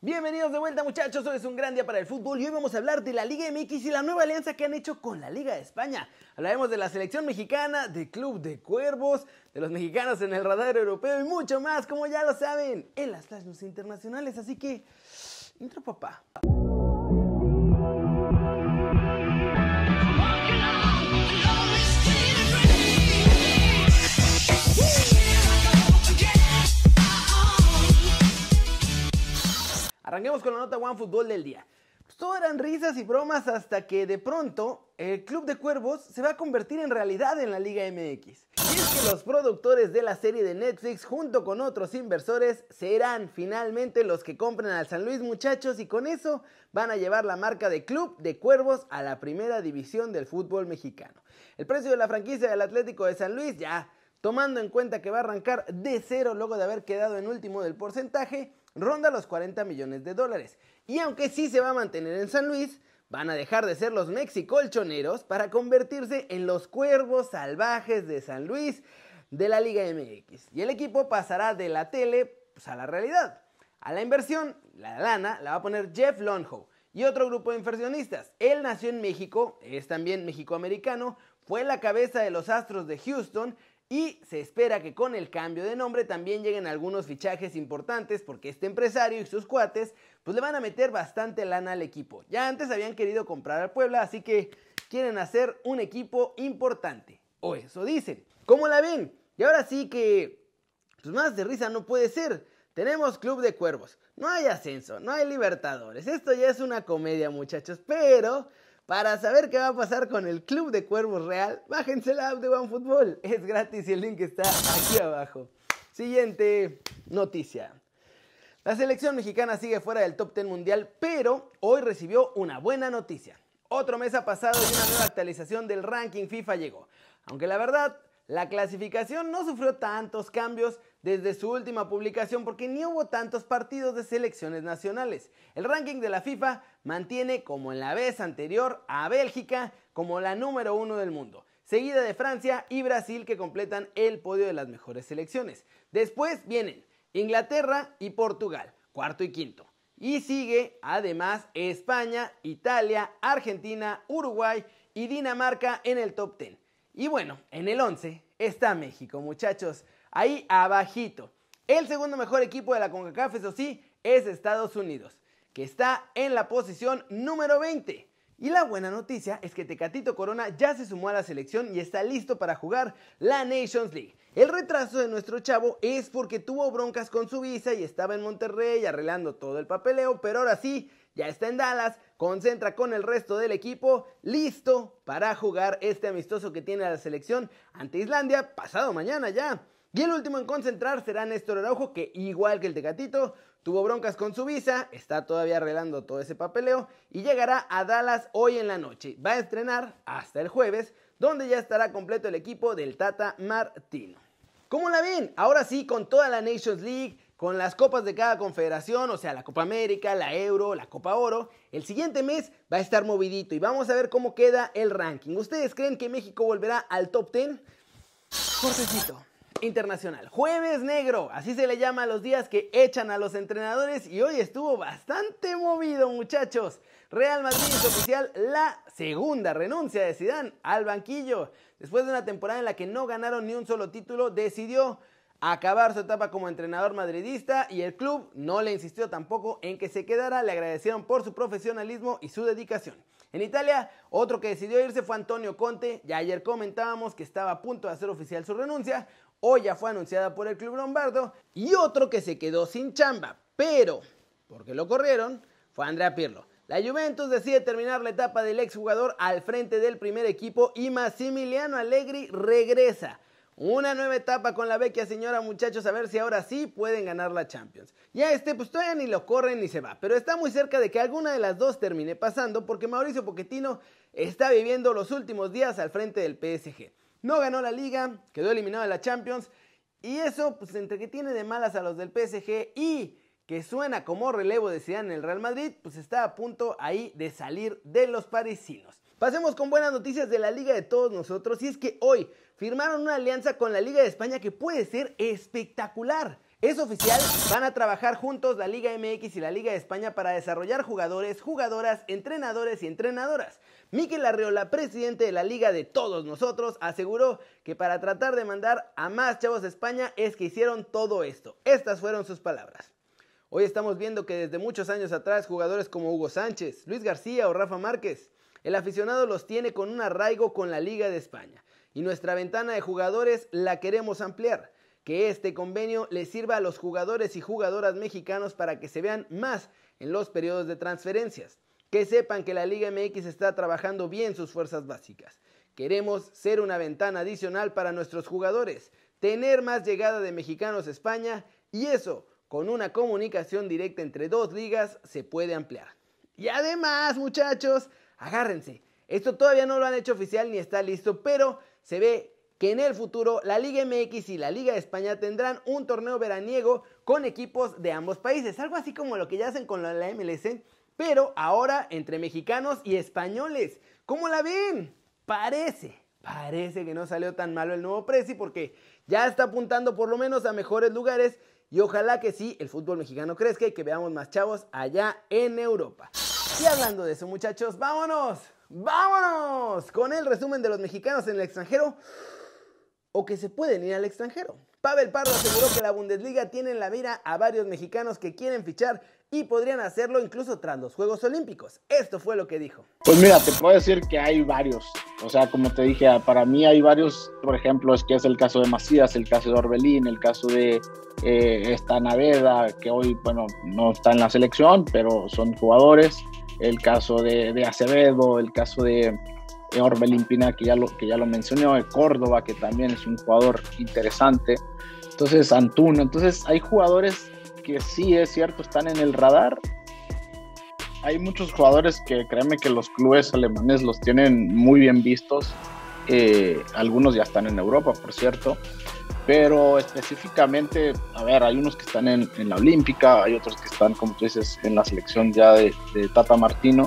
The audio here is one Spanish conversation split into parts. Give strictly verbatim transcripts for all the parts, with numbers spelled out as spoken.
Bienvenidos de vuelta, muchachos, hoy es un gran día para el fútbol y hoy vamos a hablar de la Liga M X y la nueva alianza que han hecho con la Liga de España. Hablaremos de la selección mexicana, de Club de Cuervos, de los mexicanos en el radar europeo y mucho más, como ya lo saben, en las Flash News internacionales, así que, intro papá. Arranquemos con la nota OneFootball del día. Pues todo eran risas y bromas hasta que de pronto el Club de Cuervos se va a convertir en realidad en la Liga M X. Y es que los productores de la serie de Netflix junto con otros inversores serán finalmente los que compren al San Luis, muchachos, y con eso van a llevar la marca de Club de Cuervos a la primera división del fútbol mexicano. El precio de la franquicia del Atlético de San Luis, ya tomando en cuenta que va a arrancar de cero luego de haber quedado en último del porcentaje, ronda los cuarenta millones de dólares. Y aunque sí se va a mantener en San Luis, van a dejar de ser los mexicolchoneros para convertirse en los Cuervos Salvajes de San Luis de la Liga M X. Y el equipo pasará de la tele pues, a la realidad. A la inversión, la lana, la va a poner Jeff Lonhow y otro grupo de inversionistas. Él nació en México, es también mexicoamericano, fue la cabeza de los Astros de Houston. Y se espera que con el cambio de nombre también lleguen algunos fichajes importantes porque este empresario y sus cuates pues le van a meter bastante lana al equipo. Ya antes habían querido comprar al Puebla, así que quieren hacer un equipo importante. O eso dicen. ¿Cómo la ven? Y ahora sí que pues más de risa no puede ser. Tenemos Club de Cuervos. No hay ascenso, no hay Libertadores. Esto ya es una comedia, muchachos, pero para saber qué va a pasar con el Club de Cuervos Real, bájense la app de OneFootball. Es gratis y el link está aquí abajo. Siguiente noticia. La selección mexicana sigue fuera del top diez mundial, pero hoy recibió una buena noticia. Otro mes ha pasado y una nueva actualización del ranking FIFA llegó. Aunque la verdad, la clasificación no sufrió tantos cambios desde su última publicación porque ni hubo tantos partidos de selecciones nacionales. El ranking de la FIFA mantiene como en la vez anterior a Bélgica como la número uno del mundo, seguida de Francia y Brasil que completan el podio de las mejores selecciones. Después vienen Inglaterra y Portugal, cuarto y quinto. Y sigue además España, Italia, Argentina, Uruguay y Dinamarca en el top diez. Y bueno, en el once está México, muchachos, ahí abajito. El segundo mejor equipo de la CONCACAF, eso sí, es Estados Unidos, que está en la posición número veinte. Y la buena noticia es que Tecatito Corona ya se sumó a la selección y está listo para jugar la Nations League. El retraso de nuestro chavo es porque tuvo broncas con su visa y estaba en Monterrey arreglando todo el papeleo, pero ahora sí, ya está en Dallas, concentra con el resto del equipo, listo para jugar este amistoso que tiene la selección ante Islandia pasado mañana ya. Y el último en concentrar será Néstor Araujo, que igual que el Tecatito, tuvo broncas con su visa, está todavía arreglando todo ese papeleo y llegará a Dallas hoy en la noche. Va a estrenar hasta el jueves, donde ya estará completo el equipo del Tata Martino. ¿Cómo la ven? Ahora sí, con toda la Nations League, con las copas de cada confederación, o sea, la Copa América, la Euro, la Copa Oro, el siguiente mes va a estar movidito y vamos a ver cómo queda el ranking. ¿Ustedes creen que México volverá al top diez? Cortecito. Internacional. Jueves negro, así se le llama a los días que echan a los entrenadores y hoy estuvo bastante movido, muchachos. Real Madrid hizo oficial la segunda renuncia de Zidane al banquillo. Después de una temporada en la que no ganaron ni un solo título, decidió acabar su etapa como entrenador madridista y el club no le insistió tampoco en que se quedara, le agradecieron por su profesionalismo y su dedicación. En Italia, otro que decidió irse fue Antonio Conte, ya ayer comentábamos que estaba a punto de hacer oficial su renuncia, hoy ya fue anunciada por el club lombardo, y otro que se quedó sin chamba, pero porque lo corrieron, fue Andrea Pirlo. La Juventus decide terminar la etapa del exjugador al frente del primer equipo y Massimiliano Allegri regresa. Una nueva etapa con la vecchia señora, muchachos, a ver si ahora sí pueden ganar la Champions. Y a este pues todavía ni lo corren ni se va, pero está muy cerca de que alguna de las dos termine pasando porque Mauricio Pochettino está viviendo los últimos días al frente del P S G. No ganó la Liga, quedó eliminado de la Champions y eso pues entre que tiene de malas a los del P S G y que suena como relevo de Zidane en el Real Madrid, pues está a punto ahí de salir de los parisinos. Pasemos con buenas noticias de la Liga de todos nosotros y es que hoy firmaron una alianza con la Liga de España que puede ser espectacular. Es oficial, van a trabajar juntos la Liga M X y la Liga de España para desarrollar jugadores, jugadoras, entrenadores y entrenadoras. Mikel Arriola, presidente de la Liga de todos nosotros, aseguró que para tratar de mandar a más chavos a España es que hicieron todo esto. Estas fueron sus palabras. Hoy estamos viendo que desde muchos años atrás jugadores como Hugo Sánchez, Luis García o Rafa Márquez, el aficionado los tiene con un arraigo con la Liga de España. Y nuestra ventana de jugadores la queremos ampliar. Que este convenio les sirva a los jugadores y jugadoras mexicanos para que se vean más en los periodos de transferencias. Que sepan que la Liga M X está trabajando bien sus fuerzas básicas. Queremos ser una ventana adicional para nuestros jugadores, tener más llegada de mexicanos a España y eso, con una comunicación directa entre dos ligas, se puede ampliar. Y además, muchachos, agárrense. Esto todavía no lo han hecho oficial ni está listo, pero se ve que en el futuro la Liga M X y la Liga de España tendrán un torneo veraniego con equipos de ambos países. Algo así como lo que ya hacen con la M L S, pero ahora entre mexicanos y españoles. ¿Cómo la ven? Parece, parece que no salió tan malo el nuevo Prezi porque ya está apuntando por lo menos a mejores lugares y ojalá que sí, el fútbol mexicano crezca y que veamos más chavos allá en Europa. Y hablando de eso, muchachos, vámonos, vámonos con el resumen de los mexicanos en el extranjero o que se pueden ir al extranjero. Pavel Pardo aseguró que la Bundesliga tiene en la mira a varios mexicanos que quieren fichar y podrían hacerlo incluso tras los Juegos Olímpicos. Esto fue lo que dijo. Pues mira, te puedo decir que hay varios. O sea, como te dije, para mí hay varios, por ejemplo, es que es el caso de Macías, el caso de Orbelín, el caso de eh, esta Naveda, que hoy, bueno, no está en la selección, pero son jugadores. El caso de, de Acevedo, el caso de Orbelín Pineda, que ya lo, que ya lo mencionó, de Córdoba, que también es un jugador interesante. Entonces, Antuna. Entonces, hay jugadores que sí, es cierto, están en el radar. Hay muchos jugadores que créeme que los clubes alemanes los tienen muy bien vistos. Eh, algunos ya están en Europa, por cierto. Pero específicamente, a ver, hay unos que están en, en la Olímpica, hay otros que están, como tú dices, en la selección ya de, de Tata Martino.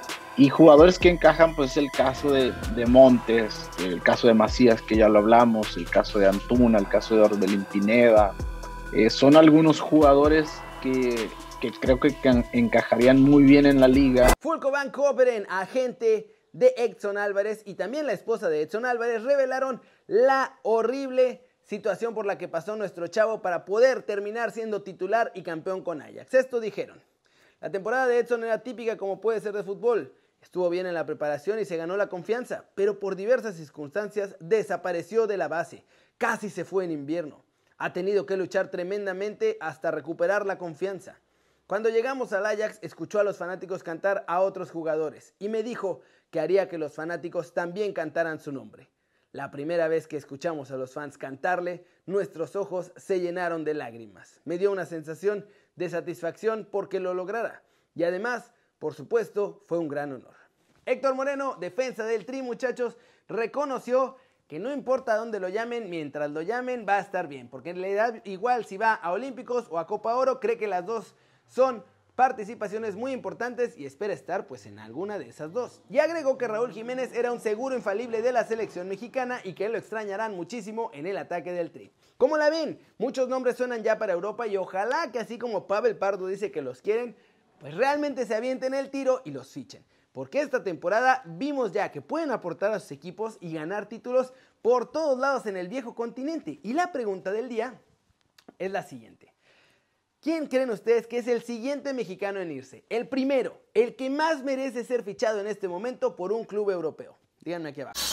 Y jugadores que encajan, pues es el caso de, de Montes, el caso de Macías, que ya lo hablamos, el caso de Antuna, el caso de Orbelín Pineda. Eh, son algunos jugadores que, que creo que encajarían muy bien en la liga. Fulco Van Kooperen, agente de Edson Álvarez, y también la esposa de Edson Álvarez revelaron la horrible situación por la que pasó nuestro chavo para poder terminar siendo titular y campeón con Ajax. Esto dijeron: la temporada de Edson era típica como puede ser de fútbol. Estuvo bien en la preparación y se ganó la confianza, pero por diversas circunstancias desapareció de la base. Casi se fue en invierno. Ha tenido que luchar tremendamente hasta recuperar la confianza. Cuando llegamos al Ajax, escuchó a los fanáticos cantar a otros jugadores y me dijo que haría que los fanáticos también cantaran su nombre. La primera vez que escuchamos a los fans cantarle, nuestros ojos se llenaron de lágrimas. Me dio una sensación de satisfacción porque lo lograra. Y además, por supuesto, fue un gran honor. Héctor Moreno, defensa del Tri, muchachos, reconoció que no importa dónde lo llamen, mientras lo llamen va a estar bien. Porque le da igual si va a Olímpicos o a Copa Oro, cree que las dos son participaciones muy importantes y espera estar pues en alguna de esas dos. Y agregó que Raúl Jiménez era un seguro infalible de la selección mexicana y que lo extrañarán muchísimo en el ataque del Tri. ¿Cómo la ven? Muchos nombres suenan ya para Europa y ojalá que así como Pavel Pardo dice que los quieren, pues realmente se avienten el tiro y los fichen. Porque esta temporada vimos ya que pueden aportar a sus equipos y ganar títulos por todos lados en el viejo continente. Y la pregunta del día es la siguiente. ¿Quién creen ustedes que es el siguiente mexicano en irse? El primero, el que más merece ser fichado en este momento por un club europeo. Díganme aquí abajo.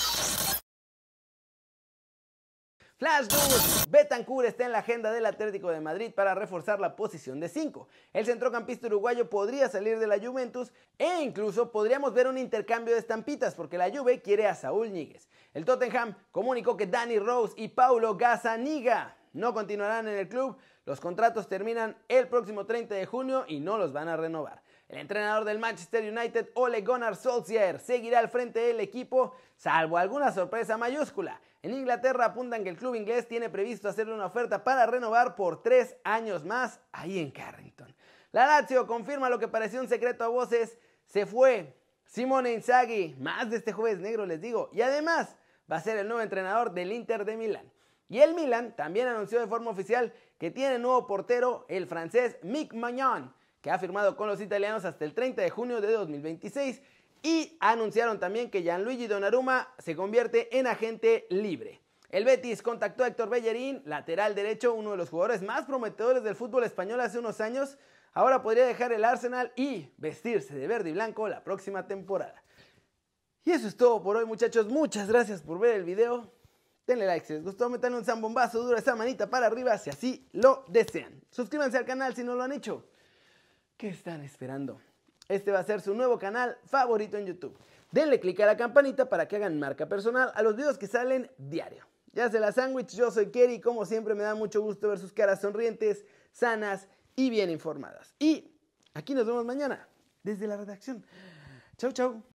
Flash News, Bentancur está en la agenda del Atlético de Madrid para reforzar la posición de cinco. El centrocampista uruguayo podría salir de la Juventus e incluso podríamos ver un intercambio de estampitas porque la Juve quiere a Saúl Ñíguez. El Tottenham comunicó que Danny Rose y Paulo Gazzaniga no continuarán en el club. Los contratos terminan el próximo treinta de junio y no los van a renovar. El entrenador del Manchester United, Ole Gunnar Solskjaer, seguirá al frente del equipo, salvo alguna sorpresa mayúscula. En Inglaterra apuntan que el club inglés tiene previsto hacerle una oferta para renovar por tres años más ahí en Carrington. La Lazio confirma lo que parecía un secreto a voces. Se fue Simone Inzaghi, más de este jueves negro les digo, y además va a ser el nuevo entrenador del Inter de Milán. Y el Milan también anunció de forma oficial que tiene nuevo portero, el francés Mick Maignan, que ha firmado con los italianos hasta el treinta de junio de dos mil veintiséis, y anunciaron también que Gianluigi Donnarumma se convierte en agente libre. El Betis contactó a Héctor Bellerín, lateral derecho, uno de los jugadores más prometedores del fútbol español hace unos años. Ahora podría dejar el Arsenal y vestirse de verde y blanco la próxima temporada. Y eso es todo por hoy, muchachos. Muchas gracias por ver el video. Denle like si les gustó, métanle un zambombazo duro, esa manita para arriba si así lo desean. Suscríbanse al canal si no lo han hecho. ¿Qué están esperando? Este va a ser su nuevo canal favorito en YouTube. Denle click a la campanita para que hagan marca personal a los videos que salen diario. Ya se la sándwich, yo soy Kerry y como siempre me da mucho gusto ver sus caras sonrientes, sanas y bien informadas. Y aquí nos vemos mañana desde la redacción. Chau, chau.